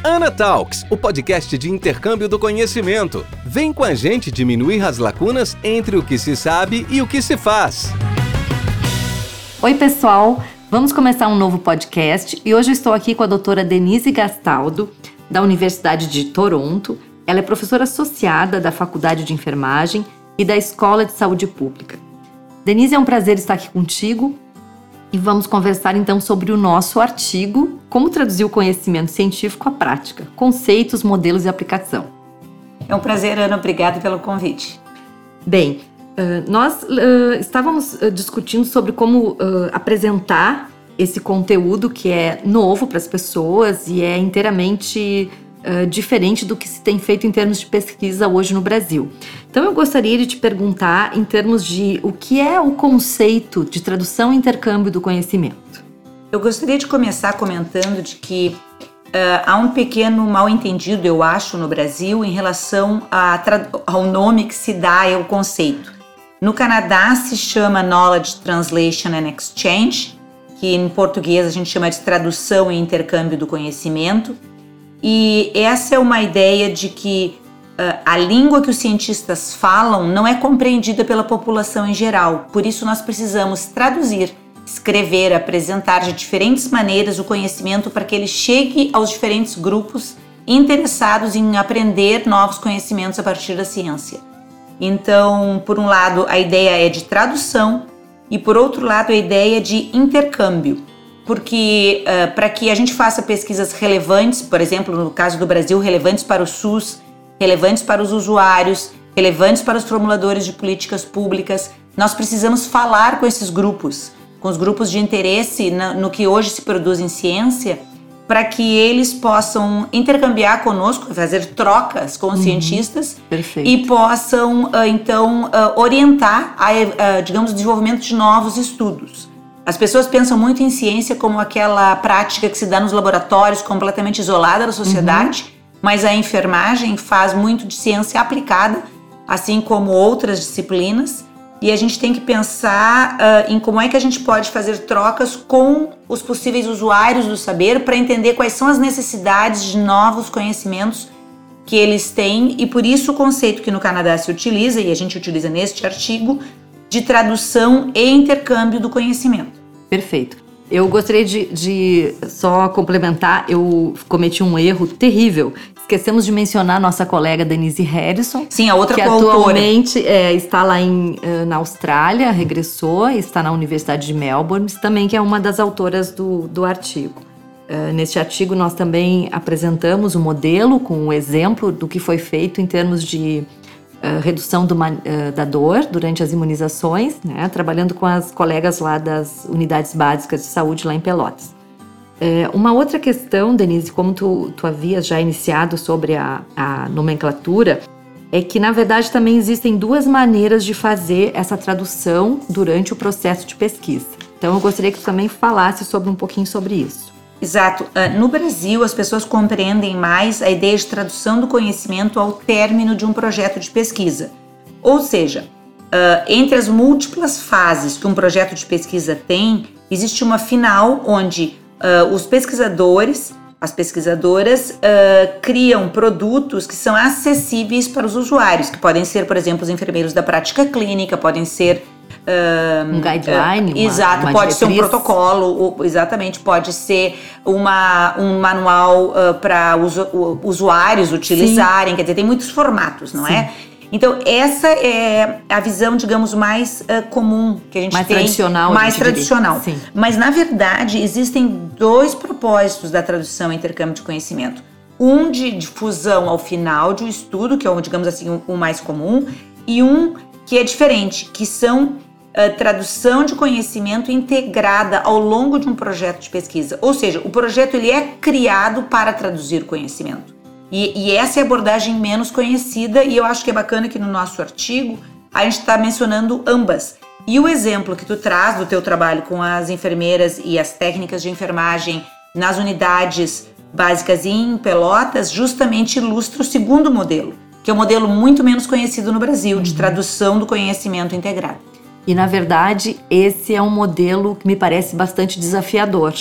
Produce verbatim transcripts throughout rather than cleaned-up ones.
Ana Talks, o podcast de intercâmbio do conhecimento. Vem com a gente diminuir as lacunas entre o que se sabe e o que se faz. Oi, pessoal! Vamos começar um novo podcast e hoje eu estou aqui com a doutora Denise Gastaldo, da Universidade de Toronto. Ela é professora associada da Faculdade de Enfermagem e da Escola de Saúde Pública. Denise, é um prazer estar aqui contigo e vamos conversar então sobre o nosso artigo Como traduzir o conhecimento científico à prática, conceitos, modelos e aplicação. É um prazer, Ana, obrigada pelo convite. Bem, uh, nós uh, estávamos uh, discutindo sobre como uh, apresentar esse conteúdo que é novo para as pessoas e é inteiramente uh, diferente do que se tem feito em termos de pesquisa hoje no Brasil. Então eu gostaria de te perguntar em termos de o que é o conceito de tradução e intercâmbio do conhecimento. Eu gostaria de começar comentando de que uh, há um pequeno mal-entendido, eu acho, no Brasil em relação a tra- ao nome que se dá ao conceito. No Canadá se chama Knowledge Translation and Exchange, que em português a gente chama de tradução e intercâmbio do conhecimento. E essa é uma ideia de que uh, a língua que os cientistas falam não é compreendida pela população em geral. Por isso nós precisamos traduzir, escrever, apresentar de diferentes maneiras o conhecimento para que ele chegue aos diferentes grupos interessados em aprender novos conhecimentos a partir da ciência. Então, por um lado, a ideia é de tradução e, por outro lado, a ideia de intercâmbio. Porque uh, para que a gente faça pesquisas relevantes, por exemplo, no caso do Brasil, relevantes para o SUS, relevantes para os usuários, relevantes para os formuladores de políticas públicas, nós precisamos falar com esses grupos, com os grupos de interesse na, no que hoje se produz em ciência, para que eles possam intercambiar conosco, fazer trocas com os uhum, cientistas perfeito. E possam, uh, então, uh, orientar, a, uh, digamos, o desenvolvimento de novos estudos. As pessoas pensam muito em ciência como aquela prática que se dá nos laboratórios, completamente isolada da sociedade, uhum. mas a enfermagem faz muito de ciência aplicada, assim como outras disciplinas, e a gente tem que pensar uh, em como é que a gente pode fazer trocas com os possíveis usuários do saber para entender quais são as necessidades de novos conhecimentos que eles têm, e por isso o conceito que no Canadá se utiliza, e a gente utiliza neste artigo, de tradução e intercâmbio do conhecimento. Perfeito. Eu gostaria de, de só complementar, eu cometi um erro terrível. Esquecemos de mencionar a nossa colega Denise Harrison. Sim, a outra que coautora. atualmente é, está lá em, na Austrália, regressou, está na Universidade de Melbourne, também que é uma das autoras do, do artigo. Uh, neste artigo nós também apresentamos o modelo com o exemplo do que foi feito em termos de uh, redução do, uh, da dor durante as imunizações, né, trabalhando com as colegas lá das unidades básicas de saúde lá em Pelotas. É, uma outra questão, Denise, como tu, tu havias já iniciado sobre a, a nomenclatura, é que na verdade também existem duas maneiras de fazer essa tradução durante o processo de pesquisa. Então eu gostaria que tu também falasse sobre um pouquinho sobre isso. Exato. No Brasil, as pessoas compreendem mais a ideia de tradução do conhecimento ao término de um projeto de pesquisa. Ou seja, entre as múltiplas fases que um projeto de pesquisa tem, existe uma final onde Uh, os pesquisadores, as pesquisadoras uh, criam produtos que são acessíveis para os usuários, que podem ser, por exemplo, os enfermeiros da prática clínica, podem ser uh, um guideline, uh, uma, exato, uma pode diretriz. ser um protocolo, ou, exatamente, pode ser uma, um manual uh, para os uh, usuários utilizarem. Sim. Quer dizer, tem muitos formatos, não Sim. é? Então, essa é a visão, digamos, mais uh, comum que a gente mais tem. Tradicional, mais tradicional. Sim. Mas, na verdade, existem dois propósitos da tradução e intercâmbio de conhecimento. Um de difusão ao final de um estudo, que é, o, digamos assim, o, o mais comum, e um que é diferente, que são uh, tradução de conhecimento integrada ao longo de um projeto de pesquisa. Ou seja, o projeto ele é criado para traduzir o conhecimento. E, e essa é a abordagem menos conhecida, e eu acho que é bacana que no nosso artigo a gente está mencionando ambas. E o exemplo que tu traz do teu trabalho com as enfermeiras e as técnicas de enfermagem nas unidades básicas em Pelotas justamente ilustra o segundo modelo, que é um modelo muito menos conhecido no Brasil, uhum. de tradução do conhecimento integrado. E, na verdade, esse é um modelo que me parece bastante desafiador.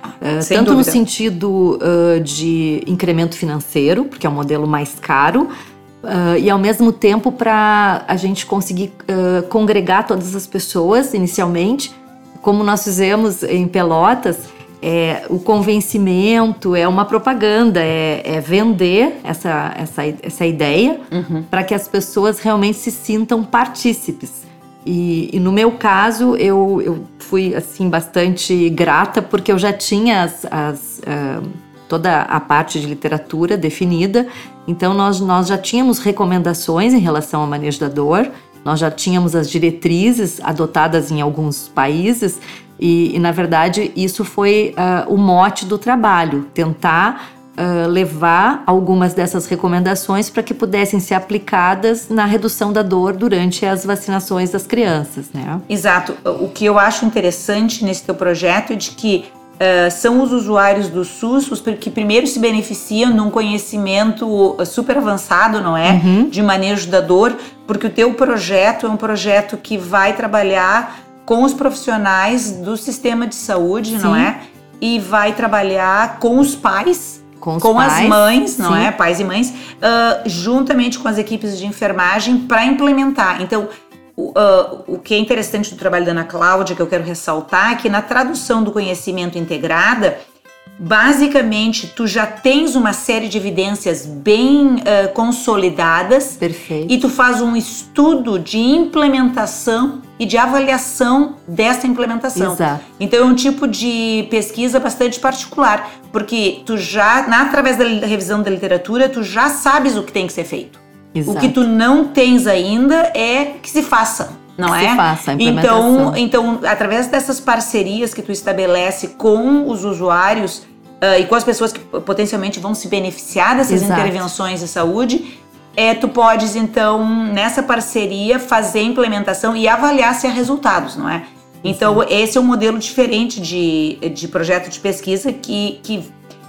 Uh, Sem tanto dúvida. no sentido uh, de incremento financeiro, porque é um modelo mais caro, uh, e ao mesmo tempo para a gente conseguir uh, congregar todas as pessoas inicialmente, como nós fizemos em Pelotas. É, o convencimento é uma propaganda, é, é vender essa, essa, essa ideia Uhum. para que as pessoas realmente se sintam partícipes. E, e no meu caso, eu, eu fui assim, bastante grata, porque eu já tinha as, as, uh, toda a parte de literatura definida, então nós, nós já tínhamos recomendações em relação ao manejo da dor, nós já tínhamos as diretrizes adotadas em alguns países, e, e na verdade isso foi uh, o mote do trabalho, tentar uh, levar algumas dessas recomendações para que pudessem ser aplicadas na redução da dor durante as vacinações das crianças, né? Exato. O que eu acho interessante nesse teu projeto é de que uh, são os usuários do SUS os que primeiro se beneficiam de um conhecimento super avançado, não é? Uhum. De manejo da dor, porque o teu projeto é um projeto que vai trabalhar com os profissionais do sistema de saúde, Sim. não é? E vai trabalhar com os pais, Com, os com pais, as mães, não sim. é? Pais e mães, uh, juntamente com as equipes de enfermagem para implementar. Então, o, uh, o que é interessante do trabalho da Ana Cláudia, que eu quero ressaltar, é que na tradução do conhecimento integrada, basicamente, tu já tens uma série de evidências bem uh, consolidadas. Perfeito. E tu faz um estudo de implementação e de avaliação dessa implementação. Exato. Então é um tipo de pesquisa bastante particular, porque tu já, na, através da revisão da literatura, tu já sabes o que tem que ser feito. Exato. O que tu não tens ainda é que se faça. Não que é? se faça a implementação. Então, então, através dessas parcerias que tu estabelece com os usuários uh, e com as pessoas que potencialmente vão se beneficiar dessas Exato. intervenções de saúde, é, tu podes, então, nessa parceria, fazer a implementação e avaliar se há resultados, não é? Então, Exato. esse é um modelo diferente de, de projeto de pesquisa que, que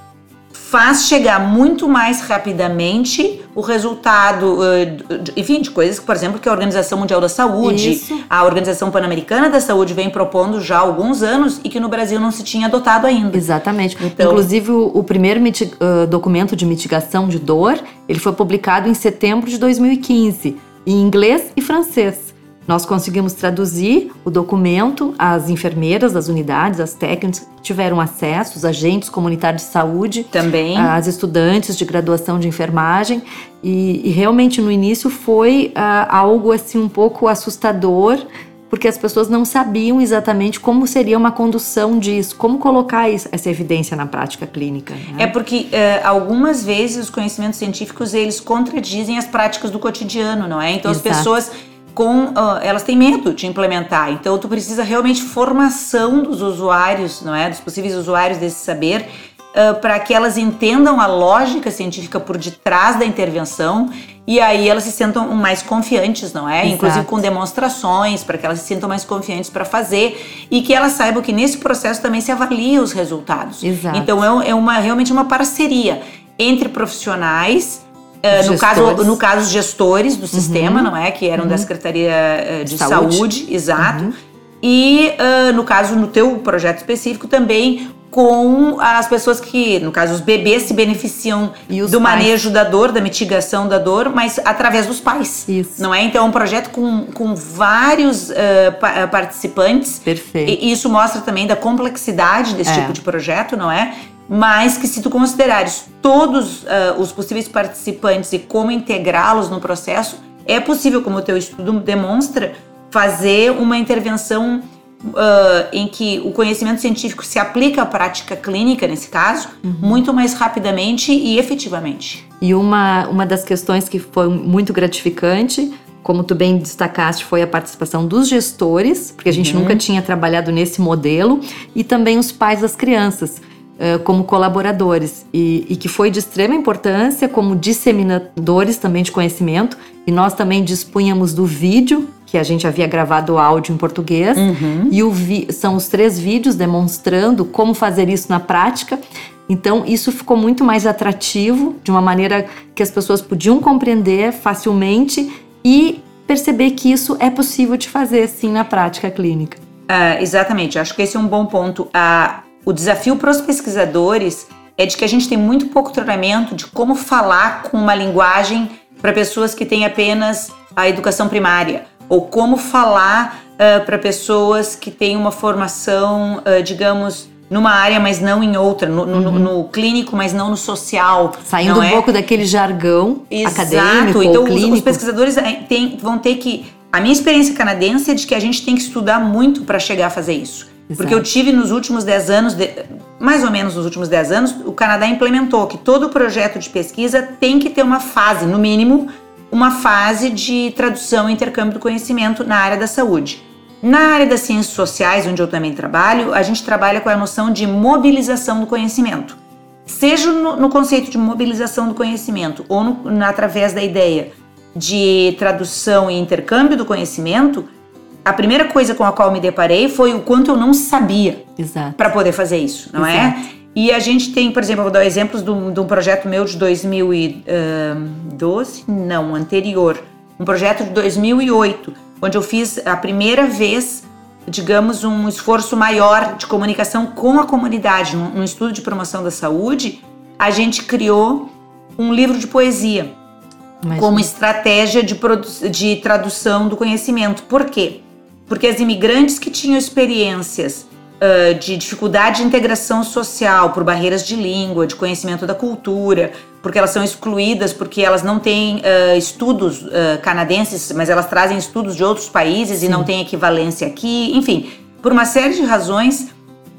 faz chegar muito mais rapidamente o resultado, enfim, de coisas que, por exemplo, que a Organização Mundial da Saúde, Isso. a Organização Pan-Americana da Saúde vem propondo já há alguns anos e que no Brasil não se tinha adotado ainda. Exatamente. Então- Inclusive, o, o primeiro miti- uh, documento de mitigação de dor, ele foi publicado em setembro de dois mil e quinze, em inglês e francês. Nós conseguimos traduzir o documento, as enfermeiras das unidades, as técnicas tiveram acesso, os agentes comunitários de saúde, Também. as estudantes de graduação de enfermagem, e, e realmente no início foi uh, algo assim um pouco assustador, porque as pessoas não sabiam exatamente como seria uma condução disso, como colocar isso, essa evidência na prática clínica. Né? É porque uh, algumas vezes os conhecimentos científicos eles contradizem as práticas do cotidiano, não é? Então Exato. as pessoas com, uh, elas têm medo de implementar. Então tu precisa realmente formação dos usuários, não é? Dos possíveis usuários desse saber, uh, para que elas entendam a lógica científica por detrás da intervenção e aí elas se sintam mais confiantes, não é? Exato. Inclusive com demonstrações, para que elas se sintam mais confiantes para fazer e que elas saibam que nesse processo também se avalia os resultados. Exato. Então é, é uma, realmente uma parceria entre profissionais, uh, no, caso, no caso os gestores do uhum. sistema, não é? Que eram uhum. da Secretaria uh, de Saúde, Saúde exato. Uhum. E uh, no caso, no teu projeto específico também com as pessoas que, no caso, os bebês se beneficiam do pais. Manejo da dor, da mitigação da dor, mas através dos pais. Isso. Não é? Então é um projeto com, com vários uh, pa- participantes. Perfeito. E isso mostra também da complexidade desse é. tipo de projeto, não é? Mas que se tu considerares todos uh, os possíveis participantes e como integrá-los no processo, é possível, como o teu estudo demonstra, fazer uma intervenção Uh, em que o conhecimento científico se aplica à prática clínica, nesse caso, uhum. muito mais rapidamente e efetivamente. E uma, uma das questões que foi muito gratificante, como tu bem destacaste, foi a participação dos gestores, porque a gente uhum. nunca tinha trabalhado nesse modelo, e também os pais das crianças, uh, como colaboradores, e, e que foi de extrema importância como disseminadores também de conhecimento, e nós também dispunhamos do vídeo, que a gente havia gravado o áudio em português, uhum. e o vi- são os três vídeos demonstrando como fazer isso na prática. Então, isso ficou muito mais atrativo, de uma maneira que as pessoas podiam compreender facilmente e perceber que isso é possível de fazer, sim, na prática clínica. Uh, exatamente, acho que esse é um bom ponto. Uh, o desafio para os pesquisadores é de que a gente tem muito pouco treinamento de como falar com uma linguagem para pessoas que têm apenas a educação primária, ou como falar uh, para pessoas que têm uma formação, uh, digamos, numa área, mas não em outra, no, no, uhum. no, no clínico, mas não no social. Saindo um é? pouco daquele jargão Exato. acadêmico Então, ou clínico. Os, os pesquisadores tem, vão ter que... A minha experiência canadense é de que a gente tem que estudar muito para chegar a fazer isso. Exato. Porque eu tive nos últimos dez anos, de, mais ou menos nos últimos dez anos, o Canadá implementou que todo projeto de pesquisa tem que ter uma fase, no mínimo, uma fase de tradução e intercâmbio do conhecimento na área da saúde. Na área das ciências sociais, onde eu também trabalho, a gente trabalha com a noção de mobilização do conhecimento. Seja no, no conceito de mobilização do conhecimento ou no, na, através da ideia de tradução e intercâmbio do conhecimento, a primeira coisa com a qual me deparei foi o quanto eu não sabia para poder fazer isso, não Exato. é? E a gente tem, por exemplo, eu vou dar exemplos de um, de um projeto meu de dois mil e doze, não, anterior, um projeto de dois mil e oito, onde eu fiz a primeira vez, digamos, um esforço maior de comunicação com a comunidade, num, num estudo de promoção da saúde. A gente criou um livro de poesia Imagina. como estratégia de, produ- de tradução do conhecimento. Por quê? Porque as imigrantes que tinham experiências uh, de dificuldade de integração social por barreiras de língua, de conhecimento da cultura, porque elas são excluídas, porque elas não têm uh, estudos uh, canadenses, mas elas trazem estudos de outros países Sim. e não têm equivalência aqui, enfim, por uma série de razões, uh,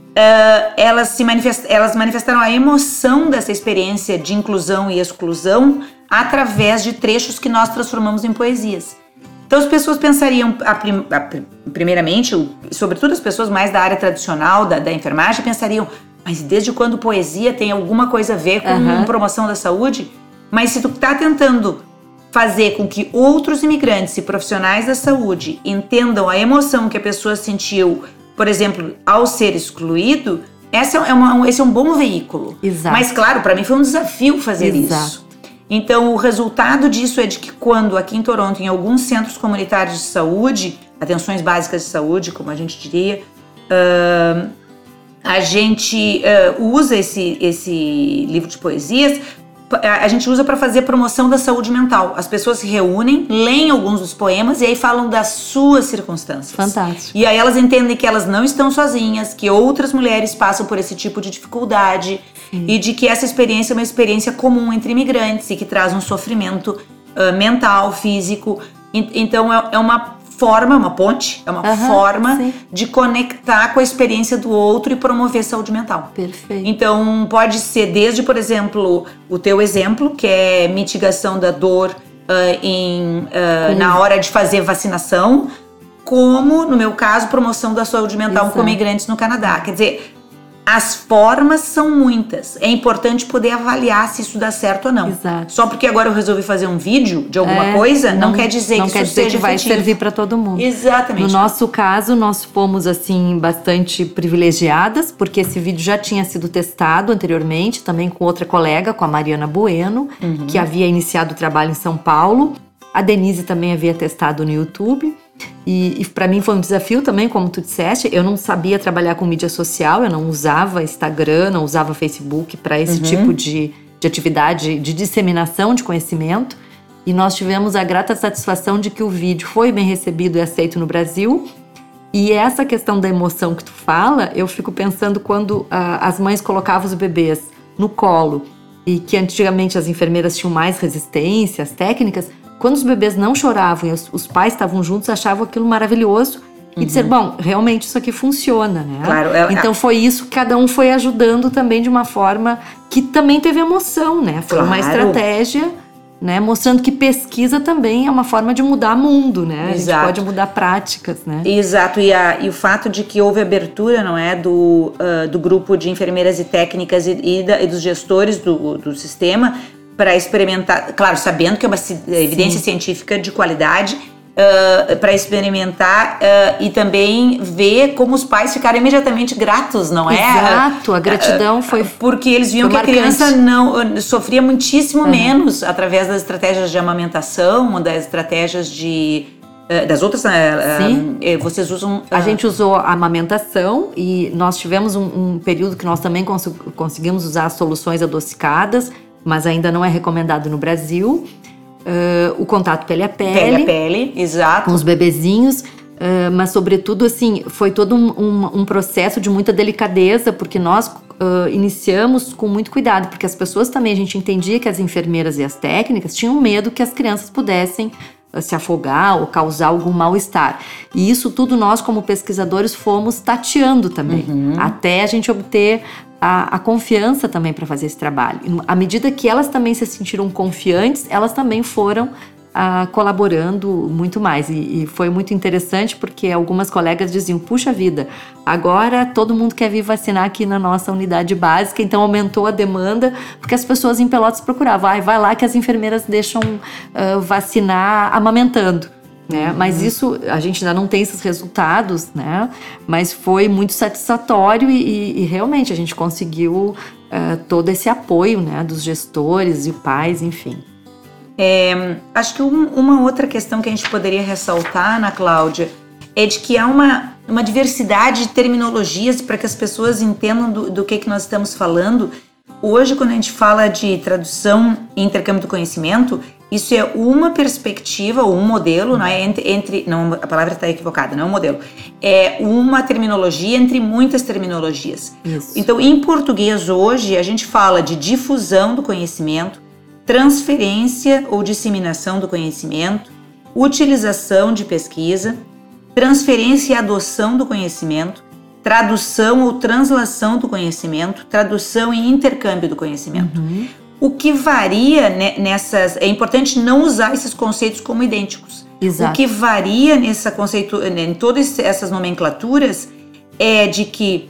elas, se manifest- elas manifestaram a emoção dessa experiência de inclusão e exclusão através de trechos que nós transformamos em poesias. Então as pessoas pensariam, a prim, a, primeiramente, o, sobretudo as pessoas mais da área tradicional, da, da enfermagem, pensariam, mas desde quando poesia tem alguma coisa a ver com uhum. promoção da saúde? Mas se tu tá tentando fazer com que outros imigrantes e profissionais da saúde entendam a emoção que a pessoa sentiu, por exemplo, ao ser excluído, essa é uma, esse é um bom veículo. Exato. Mas claro, para mim foi um desafio fazer Exato. isso. Então, o resultado disso é de que quando aqui em Toronto, em alguns centros comunitários de saúde, atenções básicas de saúde, como a gente diria, uh, a gente uh, usa esse, esse livro de poesias, a gente usa para fazer promoção da saúde mental. As pessoas se reúnem, leem alguns dos poemas e aí falam das suas circunstâncias. Fantástico. E aí elas entendem que elas não estão sozinhas, que outras mulheres passam por esse tipo de dificuldade Sim. e de que essa experiência é uma experiência comum entre imigrantes e que traz um sofrimento uh, mental, físico. E, então é, é uma forma, uma ponte, é uma uhum, forma sim. de conectar com a experiência do outro e promover saúde mental. Perfeito. Então pode ser desde, por exemplo, o teu exemplo, que é mitigação da dor uh, em, uh, na hora de fazer vacinação, como, no meu caso, promoção da saúde mental Exato. com imigrantes no Canadá. Quer dizer, as formas são muitas. É importante poder avaliar se isso dá certo ou não. Exato. Só porque agora eu resolvi fazer um vídeo de alguma é, coisa, não, não quer dizer não que quer isso dizer seja que vai efetivo. servir para todo mundo. Exatamente. No nosso caso, nós fomos assim bastante privilegiadas, porque esse vídeo já tinha sido testado anteriormente, também com outra colega, com a Mariana Bueno, uhum. que havia iniciado o trabalho em São Paulo. A Denise também havia testado no YouTube. E, e para mim foi um desafio também, como tu disseste. Eu não sabia trabalhar com mídia social, eu não usava Instagram, não usava Facebook para esse uhum. tipo de, de atividade de disseminação de conhecimento. E nós tivemos a grata satisfação de que o vídeo foi bem recebido e aceito no Brasil. E essa questão da emoção que tu fala, eu fico pensando quando ah, as mães colocavam os bebês no colo e que antigamente as enfermeiras tinham mais resistência, as técnicas. Quando os bebês não choravam e os, os pais estavam juntos, achavam aquilo maravilhoso e uhum. disseram, bom, realmente isso aqui funciona, né? Claro, ela, então foi isso que cada um foi ajudando também de uma forma que também teve emoção, né? Foi claro. uma estratégia, né? Mostrando que pesquisa também é uma forma de mudar mundo, né? Exato. A gente pode mudar práticas, né? Exato, e, a, e o fato de que houve abertura, não é, do, uh, do grupo de enfermeiras e técnicas e, e, da, e dos gestores do, do sistema para experimentar, claro, sabendo que é uma evidência Sim. científica de qualidade, uh, para experimentar uh, e também ver como os pais ficaram imediatamente gratos, não é? Exato, a gratidão uh, foi porque eles viam que marcante. A criança não uh, sofria muitíssimo uhum. menos através das estratégias de amamentação, das estratégias de Das outras, Sim. Uh, vocês usam... Uh... A gente usou a amamentação e nós tivemos um, um período que nós também cons- conseguimos usar soluções adocicadas, mas ainda não é recomendado no Brasil. Uh, o contato pele a pele. Pele a pele, exato. Com os bebezinhos. Uh, mas, sobretudo, assim, foi todo um, um, um processo de muita delicadeza, porque nós uh, iniciamos com muito cuidado, porque as pessoas também, a gente entendia que as enfermeiras e as técnicas tinham medo que as crianças pudessem se afogar ou causar algum mal-estar. E isso tudo nós, como pesquisadores, fomos tateando também, uhum. até a gente obter a, a confiança também para fazer esse trabalho. E, à medida que elas também se sentiram confiantes, elas também foram ah, colaborando muito mais. E, e foi muito interessante porque algumas colegas diziam, puxa vida, agora todo mundo quer vir vacinar aqui na nossa unidade básica, então aumentou a demanda, porque as pessoas em Pelotas procuravam, vai, vai lá que as enfermeiras deixam uh, vacinar amamentando. Né? Uhum. Mas isso, a gente ainda não tem esses resultados, né? Mas foi muito satisfatório e, e realmente a gente conseguiu uh, todo esse apoio, né, dos gestores e pais, enfim. É, acho que um, uma outra questão que a gente poderia ressaltar, Ana Cláudia, é de que há uma, uma diversidade de terminologias para que as pessoas entendam do, do que, que nós estamos falando. Hoje, quando a gente fala de tradução e intercâmbio do conhecimento, isso é uma perspectiva ou um modelo, não é? Entre, entre não, a palavra está equivocada, não é um modelo. É uma terminologia entre muitas terminologias. Isso. Então, em português hoje, a gente fala de difusão do conhecimento, transferência ou disseminação do conhecimento, utilização de pesquisa, transferência e adoção do conhecimento, tradução ou translação do conhecimento, tradução e intercâmbio do conhecimento. Uhum. O que varia nessas... É importante não usar esses conceitos como idênticos. Exato. O que varia nessa conceito, em todas essas nomenclaturas é de que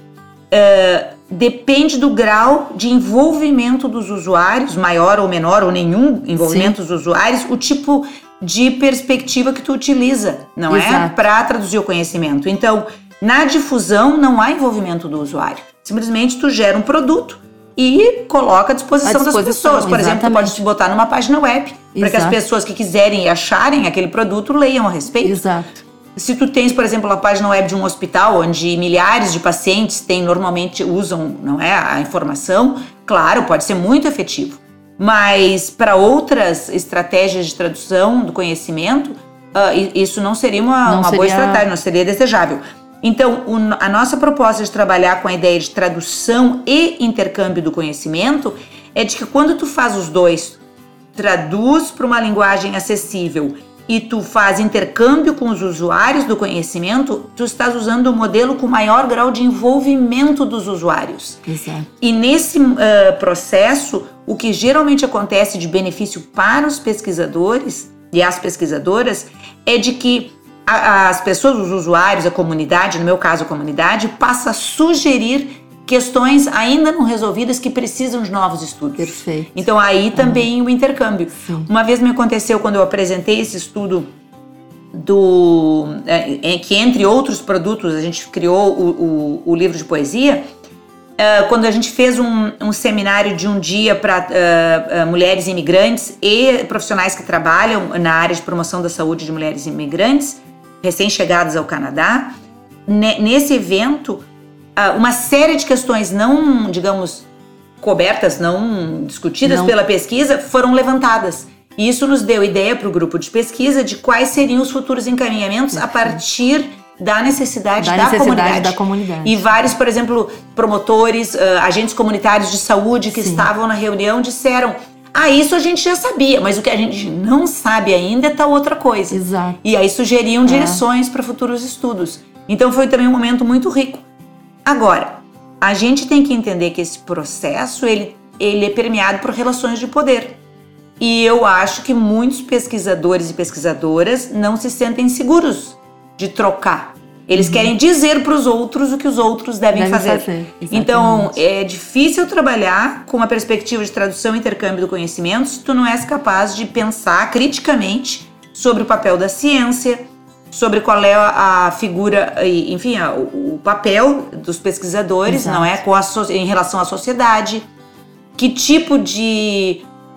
uh, depende do grau de envolvimento dos usuários, maior ou menor, ou nenhum envolvimento Sim. dos usuários, o tipo de perspectiva que tu utiliza, não Exato. é? Para traduzir o conhecimento. Então, na difusão não há envolvimento do usuário. Simplesmente tu gera um produto e coloca à disposição, à disposição das pessoas. Por exatamente. exemplo, tu pode te botar numa página web para que as pessoas que quiserem e acharem aquele produto leiam a respeito. Exato. Se tu tens, por exemplo, a página web de um hospital onde milhares de pacientes têm, normalmente usam, não é, a informação, claro, pode ser muito efetivo. Mas para outras estratégias de tradução do conhecimento, uh, isso não seria uma, não uma seria... boa estratégia, não seria desejável. Então, o, a nossa proposta de trabalhar com a ideia de tradução e intercâmbio do conhecimento é de que quando tu faz os dois, traduz para uma linguagem acessível e tu faz intercâmbio com os usuários do conhecimento, tu estás usando o modelo com maior grau de envolvimento dos usuários. Exato. E nesse uh, processo, o que geralmente acontece de benefício para os pesquisadores e as pesquisadoras é de que a, as pessoas, os usuários, a comunidade, no meu caso a comunidade, passa a sugerir questões ainda não resolvidas que precisam de novos estudos. Perfeito. Então aí também uhum. o intercâmbio. Sim. Uma vez me aconteceu quando eu apresentei esse estudo do é, que entre outros produtos a gente criou o, o, o livro de poesia. Uh, quando a gente fez um, um seminário de um dia para uh, uh, mulheres imigrantes e profissionais que trabalham na área de promoção da saúde de mulheres imigrantes recém-chegadas ao Canadá, ne, nesse evento uma série de questões não, digamos, cobertas, não discutidas não. pela pesquisa, foram levantadas. E isso nos deu ideia para o grupo de pesquisa de quais seriam os futuros encaminhamentos a partir da necessidade, da, da, necessidade comunidade. da comunidade. E vários, por exemplo, promotores, uh, agentes comunitários de saúde que Sim. estavam na reunião disseram: ah, isso a gente já sabia, mas o que a gente não sabe ainda é tal outra coisa. Exato. E aí sugeriam é. direções para futuros estudos. Então foi também um momento muito rico. Agora, a gente tem que entender que esse processo ele, ele é permeado por relações de poder. E eu acho que muitos pesquisadores e pesquisadoras não se sentem seguros de trocar. Eles uhum. querem dizer para os outros o que os outros devem, devem fazer. fazer. Então, é difícil trabalhar com uma perspectiva de tradução e intercâmbio do conhecimento se tu não és capaz de pensar criticamente sobre o papel da ciência, sobre qual é a figura, enfim, o papel dos pesquisadores, Exato. não é, com a, em relação à sociedade, que tipo de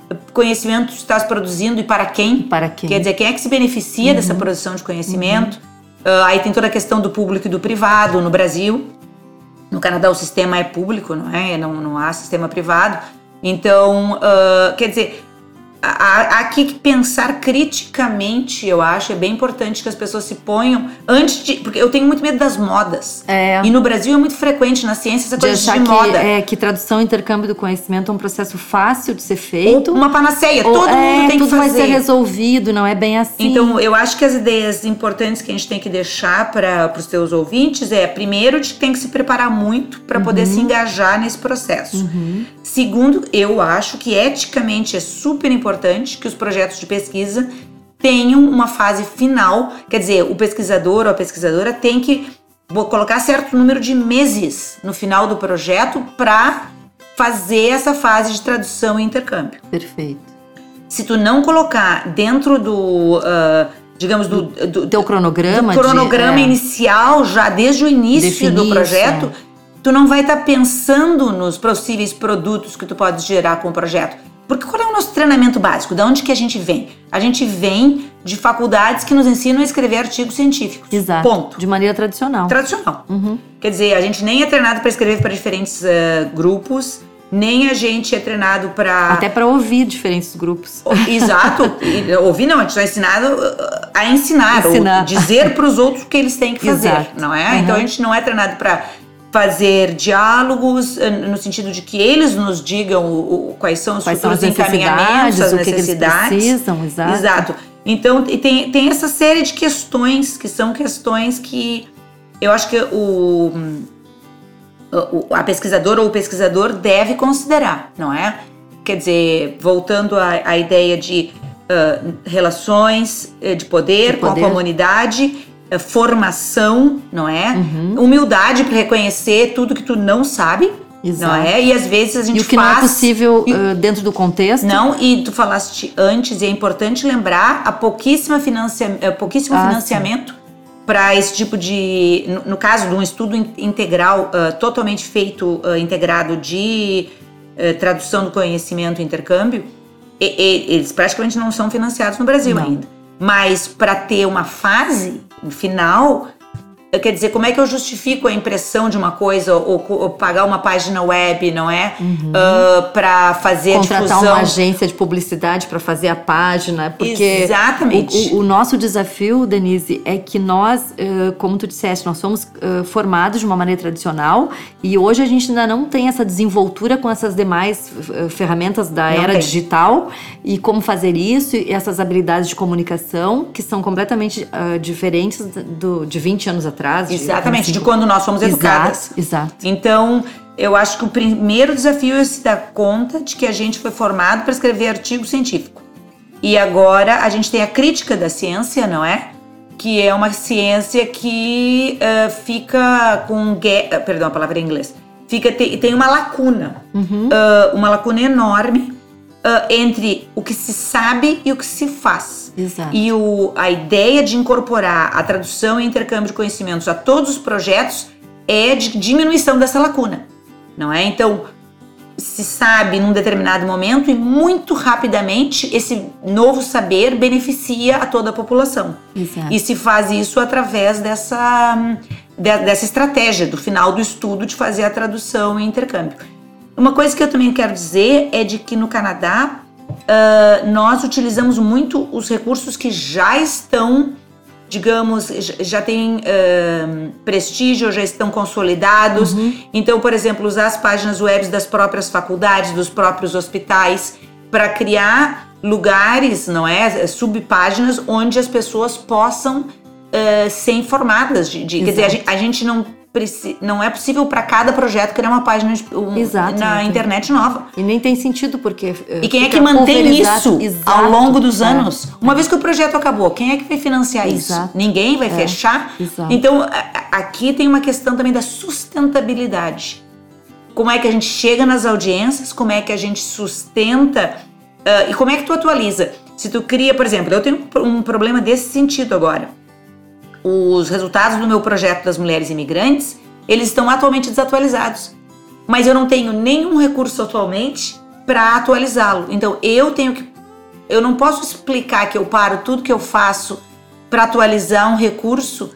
conhecimento estás produzindo e para quem? Para quem? Quer dizer, quem é que se beneficia uhum. dessa produção de conhecimento? Uhum. Uh, aí tem toda a questão do público e do privado no Brasil. No Canadá o sistema é público, não é? Não, não há sistema privado. Então, uh, quer dizer, há aqui que pensar criticamente, eu acho, é bem importante que as pessoas se ponham antes de... Porque eu tenho muito medo das modas. É. E no Brasil é muito frequente na ciência essa coisa de, de que, moda. É, que tradução e intercâmbio do conhecimento é um processo fácil de ser feito. Ou uma panaceia, ou, todo é, mundo tem que tudo fazer. Tudo vai ser resolvido, não é bem assim. Então, eu acho que as ideias importantes que a gente tem que deixar para os teus ouvintes é, primeiro, de que tem que se preparar muito para uhum. poder se engajar nesse processo. Uhum. Segundo, eu acho que eticamente é super importante que os projetos de pesquisa tenham uma fase final, quer dizer, o pesquisador ou a pesquisadora tem que colocar certo número de meses no final do projeto para fazer essa fase de tradução e intercâmbio. Perfeito. Se tu não colocar dentro do, uh, digamos, do, do, do teu cronograma, do cronograma de, é, inicial, já desde o início definir, do projeto, é. Tu não vai estar tá pensando nos possíveis produtos que tu pode gerar com o projeto. Porque qual é o nosso treinamento básico? De onde que a gente vem? A gente vem de faculdades que nos ensinam a escrever artigos científicos. Exato. Ponto. De maneira tradicional. Tradicional. Uhum. Quer dizer, a gente nem é treinado para escrever para diferentes uh, grupos, nem a gente é treinado para... Até para ouvir diferentes grupos. Exato. Ouvir não, a gente é ensinado a ensinar, ensinar. Ou dizer para os outros o que eles têm que fazer, Exato. Não é? Uhum. Então a gente não é treinado para fazer diálogos no sentido de que eles nos digam o, o, quais são os quais futuros são as encaminhamentos, as o necessidades. Que eles precisam, exato. Exato. Então tem, tem essa série de questões que são questões que eu acho que o, o, a pesquisadora ou o pesquisador deve considerar, não é? Quer dizer, voltando à, à ideia de uh, relações de poder, de poder com a comunidade, formação, não é? Uhum. Humildade para reconhecer tudo que tu não sabe, Exato. Não é? E às vezes a gente faz... E o que faz, não é possível e, uh, dentro do contexto. Não, e tu falaste antes, e é importante lembrar, a pouquíssima financia, pouquíssimo ah, financiamento para esse tipo de... No, no caso de um estudo integral, uh, totalmente feito, uh, integrado de uh, tradução do conhecimento e intercâmbio, e, e, eles praticamente não são financiados no Brasil não. ainda. Mas para ter uma fase final, quer dizer, como é que eu justifico a impressão de uma coisa ou, ou pagar uma página web, não é? Uhum. Uh, para fazer Contratar a difusão. Uma agência de publicidade para fazer a página, porque Exatamente. O, o, o nosso desafio, Denise, é que nós, uh, como tu disseste, nós somos uh, formados de uma maneira tradicional e hoje a gente ainda não tem essa desenvoltura com essas demais uh, ferramentas da não era tem. digital e como fazer isso e essas habilidades de comunicação que são completamente uh, diferentes do, de vinte anos atrás. Exatamente, de, de quando nós fomos educadas. Exato, exato. Então, eu acho que o primeiro desafio é se dar conta de que a gente foi formado para escrever artigo científico. E agora a gente tem a crítica da ciência, não é? Que é uma ciência que uh, fica com... Uh, perdão, a palavra em inglês. Fica, tem, tem uma lacuna. Uhum. Uh, uma lacuna enorme uh, entre o que se sabe e o que se faz. Exato. E o, a ideia de incorporar a tradução e intercâmbio de conhecimentos a todos os projetos é de diminuição dessa lacuna, não é? Então, se sabe num determinado momento e muito rapidamente esse novo saber beneficia a toda a população. Exato. E se faz isso através dessa, de, dessa estratégia do final do estudo de fazer a tradução e intercâmbio. Uma coisa que eu também quero dizer é de que no Canadá Uh, nós utilizamos muito os recursos que já estão, digamos, já têm uh, prestígio, já estão consolidados. Uhum. Então, por exemplo, usar as páginas web das próprias faculdades, dos próprios hospitais, para criar lugares, não é, subpáginas onde as pessoas possam uh, ser informadas. De, de, quer dizer, a gente, a gente não Não é possível para cada projeto criar uma página um, Exato, na internet nova. E nem tem sentido, porque... E quem é que mantém isso Exato. ao longo dos anos? É. Uma vez que o projeto acabou, quem é que vai financiar Exato. isso? Ninguém vai é. fechar? Exato. Então, aqui tem uma questão também da sustentabilidade. Como é que a gente chega nas audiências, como é que a gente sustenta uh, e como é que tu atualiza? Se tu cria, por exemplo, eu tenho um problema desse sentido agora. Os resultados do meu projeto das mulheres imigrantes, eles estão atualmente desatualizados. Mas eu não tenho nenhum recurso atualmente para atualizá-lo. Então, eu tenho que... Eu não posso explicar que eu paro tudo que eu faço para atualizar um recurso.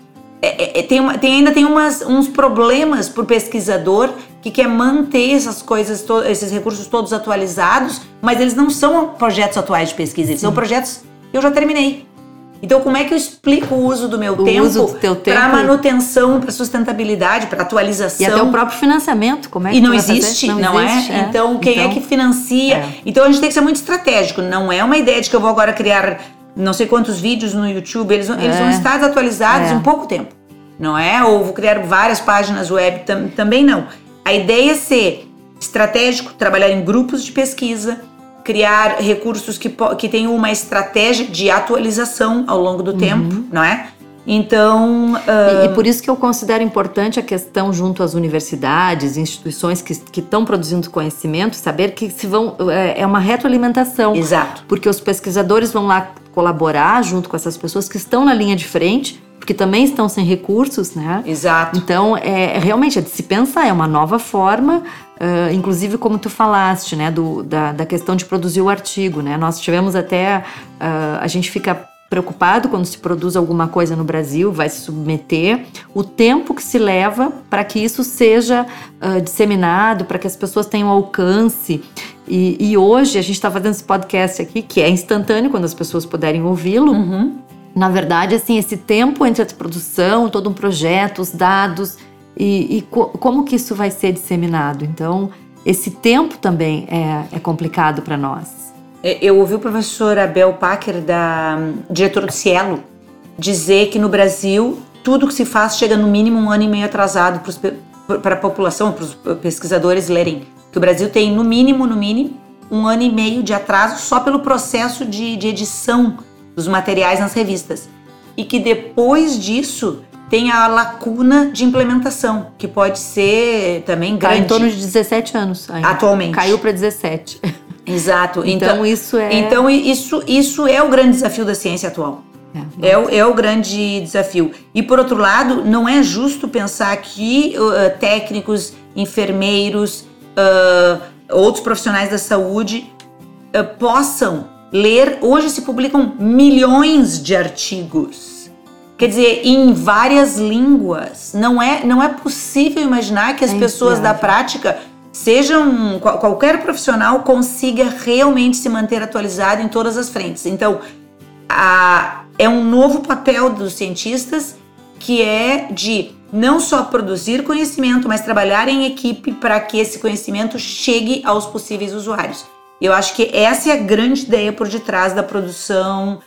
É, é, tem, uma, tem ainda tem umas, uns problemas para o pesquisador que quer manter essas coisas, to, esses recursos todos atualizados, mas eles não são projetos atuais de pesquisa, eles Sim. são projetos que eu já terminei. Então, como é que eu explico o uso do meu o tempo, tempo para manutenção, para sustentabilidade, para atualização? E até o próprio financiamento, como é que E não existe, não, não existe, é? é? Então, quem então, é que financia? É. Então, a gente tem que ser muito estratégico. Não é uma ideia de que eu vou agora criar não sei quantos vídeos no YouTube. Eles, é. eles vão estar desatualizados é. em pouco tempo, não é? Ou vou criar várias páginas web, tam, também não. A ideia é ser estratégico, trabalhar em grupos de pesquisa, criar recursos que, que tenham uma estratégia de atualização ao longo do uhum. tempo, não é? Então... Uh... E, e por isso que eu considero importante a questão junto às universidades, instituições que estão produzindo conhecimento, saber que se vão, é, é uma retroalimentação. Exato. Porque os pesquisadores vão lá colaborar junto com essas pessoas que estão na linha de frente, porque também estão sem recursos, né? Exato. Então, é, realmente é de se pensar, é uma nova forma, uh, inclusive como tu falaste, né, do, da, da questão de produzir o artigo, né? Nós tivemos até, uh, a gente fica preocupado quando se produz alguma coisa no Brasil, vai se submeter, o tempo que se leva para que isso seja uh, disseminado, para que as pessoas tenham alcance. E, e hoje a gente está fazendo esse podcast aqui, que é instantâneo, quando as pessoas puderem ouvi-lo. Uhum. Na verdade, assim, esse tempo entre a produção, todo um projeto, os dados, e, e co- como que isso vai ser disseminado. Então, esse tempo também é, é complicado para nós. Eu ouvi o professor Abel Packer, da, diretor do Cielo, dizer que no Brasil tudo que se faz chega no mínimo um ano e meio atrasado para a população, para os pesquisadores lerem. Que o Brasil tem no mínimo, no mínimo, um ano e meio de atraso só pelo processo de, de edição dos materiais nas revistas. E que depois disso tem a lacuna de implementação, que pode ser também grande. Está em torno de dezessete anos ainda. Atualmente. Caiu para dezessete. Exato. Então, então isso é... Então isso, isso é o grande desafio da ciência atual. É, é, o, é o grande desafio. E por outro lado, não é justo pensar que uh, técnicos, enfermeiros, uh, outros profissionais da saúde uh, possam ler. Hoje se publicam milhões de artigos. Quer dizer, em várias línguas. Não é, não é possível imaginar que as é pessoas da prática... Sejam, qualquer profissional consiga realmente se manter atualizado em todas as frentes. Então, a, é um novo papel dos cientistas, que é de não só produzir conhecimento, mas trabalhar em equipe para que esse conhecimento chegue aos possíveis usuários. Eu acho que essa é a grande ideia por detrás da produção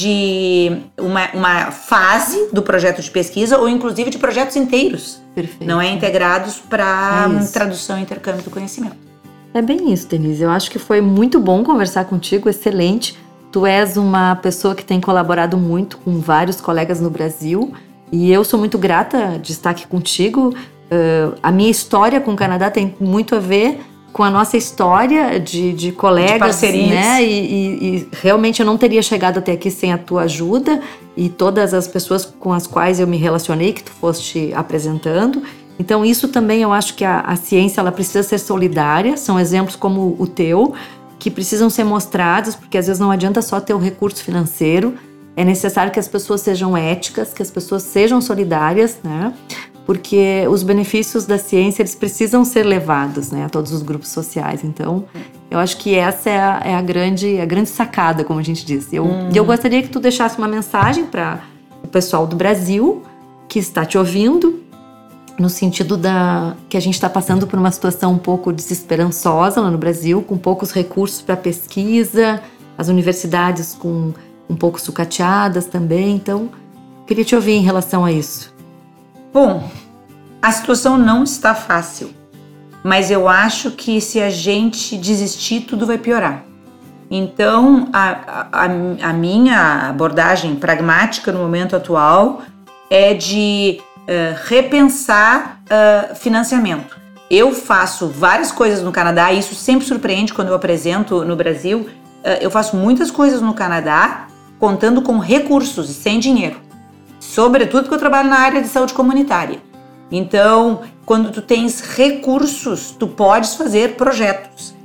de uma, uma fase do projeto de pesquisa, ou inclusive de projetos inteiros. Perfeito. Não é integrados para é tradução e intercâmbio do conhecimento. É bem isso, Denise. Eu acho que foi muito bom conversar contigo, excelente. Tu és uma pessoa que tem colaborado muito com vários colegas no Brasil e eu sou muito grata de estar aqui contigo. Uh, a minha história com o Canadá tem muito a ver com a nossa história de, de colegas, de parcerias, né? E, e, e realmente eu não teria chegado até aqui sem a tua ajuda e todas as pessoas com as quais eu me relacionei, que tu foste apresentando. Então isso também eu acho que a, a ciência ela precisa ser solidária, são exemplos como o teu, que precisam ser mostrados, porque às vezes não adianta só ter o recurso financeiro, é necessário que as pessoas sejam éticas, que as pessoas sejam solidárias, né? Porque os benefícios da ciência, eles precisam ser levados, né, a todos os grupos sociais. Então, eu acho que essa é a, é a, grande, a grande sacada, como a gente diz. Eu, hum. eu gostaria que tu deixasse uma mensagem para o pessoal do Brasil que está te ouvindo, no sentido da que a gente está passando por uma situação um pouco desesperançosa lá no Brasil, com poucos recursos para pesquisa, as universidades com um pouco sucateadas também. Então, queria te ouvir em relação a isso. Bom, a situação não está fácil, mas eu acho que se a gente desistir, tudo vai piorar. Então, a, a, a minha abordagem pragmática no momento atual é de uh, repensar uh, financiamento. Eu faço várias coisas no Canadá, e isso sempre surpreende quando eu apresento no Brasil. Uh, eu faço muitas coisas no Canadá contando com recursos e sem dinheiro. Sobretudo porque eu trabalho na área de saúde comunitária. Então, quando tu tens recursos, tu podes fazer projetos.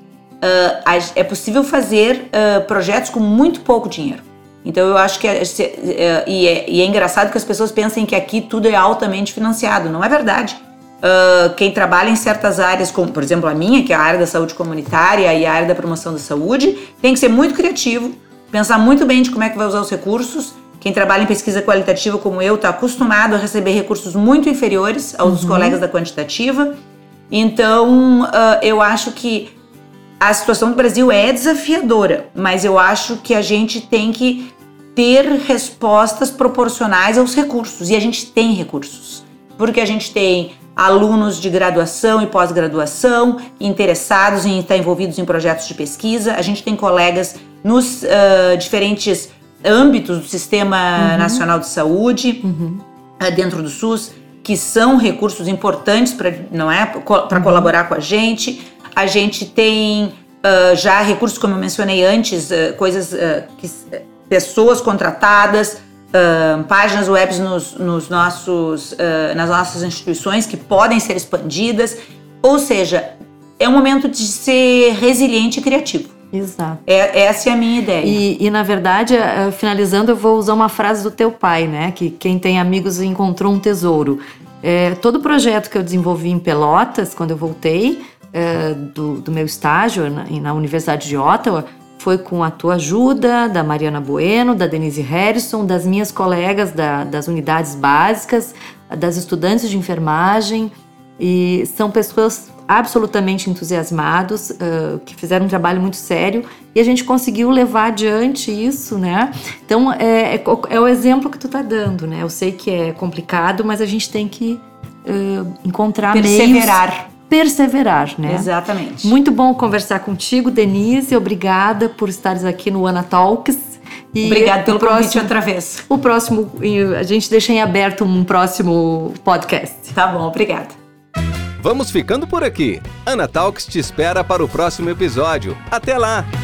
uh, é possível fazer uh, projetos com muito pouco dinheiro. Então eu acho que é, é, e, é, e é engraçado que as pessoas pensem que aqui tudo é altamente financiado. Não é verdade. Uh, quem trabalha em certas áreas, como por exemplo a minha, que é a área da saúde comunitária e a área da promoção da saúde, tem que ser muito criativo, pensar muito bem de como é que vai usar os recursos. Quem trabalha em pesquisa qualitativa como eu está acostumado a receber recursos muito inferiores aos uhum. dos colegas da quantitativa. Então uh, eu acho que a situação do Brasil é desafiadora, mas eu acho que a gente tem que ter respostas proporcionais aos recursos. E a gente tem recursos, porque a gente tem alunos de graduação e pós-graduação interessados em estar envolvidos em projetos de pesquisa. A gente tem colegas nos uh, diferentes âmbitos do Sistema uhum. Nacional de Saúde, uhum. uh, dentro do SUS, que são recursos importantes para, não é, para uhum. colaborar com a gente. A gente tem uh, já recursos, como eu mencionei antes, uh, coisas uh, que pessoas contratadas, Uh, páginas web nos, nos nossos, uh, nas nossas instituições que podem ser expandidas. Ou seja, é um momento de ser resiliente e criativo. Exato. É, essa é a minha ideia. E, e na verdade, uh, finalizando, eu vou usar uma frase do teu pai, né? Que quem tem amigos encontrou um tesouro. É, todo projeto que eu desenvolvi em Pelotas, quando eu voltei uh, do, do meu estágio na, na Universidade de Ottawa, foi com a tua ajuda, da Mariana Bueno, da Denise Harrison, das minhas colegas da, das unidades básicas, das estudantes de enfermagem, e são pessoas absolutamente entusiasmados, uh, que fizeram um trabalho muito sério, e a gente conseguiu levar adiante isso, né? Então, é, é, é o exemplo que tu tá dando, né? Eu sei que é complicado, mas a gente tem que uh, encontrar Perseverar. meios... Perseverar, né? Exatamente. Muito bom conversar contigo, Denise. Obrigada por estares aqui no Ana Talks. E Obrigada pelo próximo, convite outra vez. O próximo, a gente deixa em aberto um próximo podcast. Tá bom, obrigada. Vamos ficando por aqui. Ana Talks te espera para o próximo episódio. Até lá!